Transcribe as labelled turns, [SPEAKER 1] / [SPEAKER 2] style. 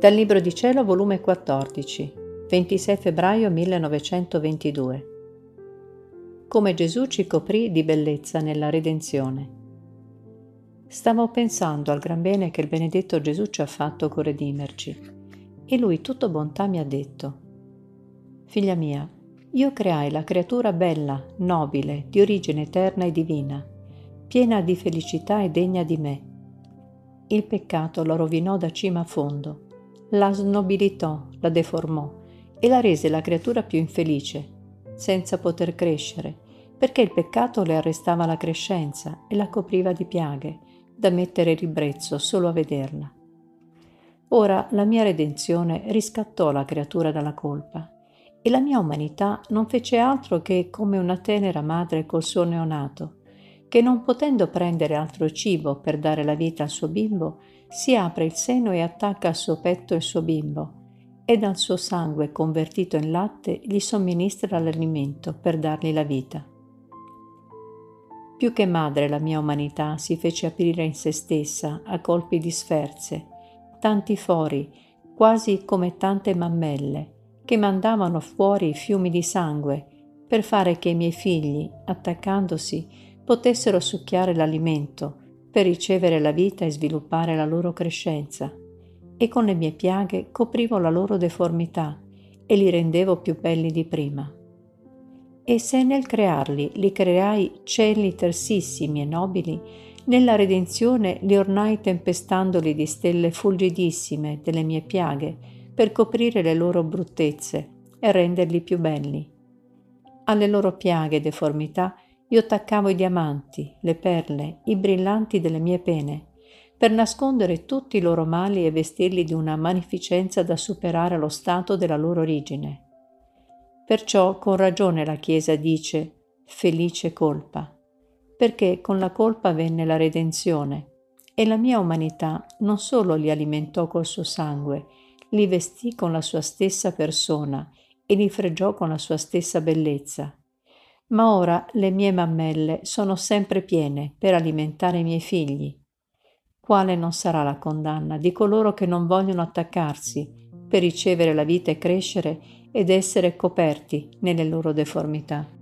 [SPEAKER 1] Dal Libro di Cielo, volume 14, 26 febbraio 1922. Come Gesù ci coprì di bellezza nella redenzione. Stavo pensando al gran bene che il benedetto Gesù ci ha fatto con redimerci, e lui tutto bontà mi ha detto: «Figlia mia, io creai la creatura bella, nobile, di origine eterna e divina, piena di felicità e degna di me. Il peccato la rovinò da cima a fondo, la snobilitò, la deformò e la rese la creatura più infelice, senza poter crescere, perché il peccato le arrestava la crescenza e la copriva di piaghe, da mettere ribrezzo solo a vederla. Ora la mia redenzione riscattò la creatura dalla colpa, e la mia umanità non fece altro che come una tenera madre col suo neonato, che non potendo prendere altro cibo per dare la vita al suo bimbo, si apre il seno e attacca al suo petto il suo bimbo, e dal suo sangue convertito in latte gli somministra l'alimento per dargli la vita. Più che madre la mia umanità si fece aprire in se stessa a colpi di sferze, tanti fori, quasi come tante mammelle, che mandavano fuori fiumi di sangue, per fare che i miei figli, attaccandosi, potessero succhiare l'alimento, per ricevere la vita e sviluppare la loro crescenza, e con le mie piaghe coprivo la loro deformità e li rendevo più belli di prima. E se nel crearli li creai cieli tersissimi e nobili, nella redenzione li ornai tempestandoli di stelle fulgidissime delle mie piaghe per coprire le loro bruttezze e renderli più belli. Alle loro piaghe e deformità io attaccavo i diamanti, le perle, i brillanti delle mie pene, per nascondere tutti i loro mali e vestirli di una magnificenza da superare allo stato della loro origine. Perciò con ragione la Chiesa dice «felice colpa», perché con la colpa venne la redenzione, e la mia umanità non solo li alimentò col suo sangue, li vestì con la sua stessa persona e li fregiò con la sua stessa bellezza. Ma ora le mie mammelle sono sempre piene per alimentare i miei figli. Quale non sarà la condanna di coloro che non vogliono attaccarsi per ricevere la vita e crescere ed essere coperti nelle loro deformità?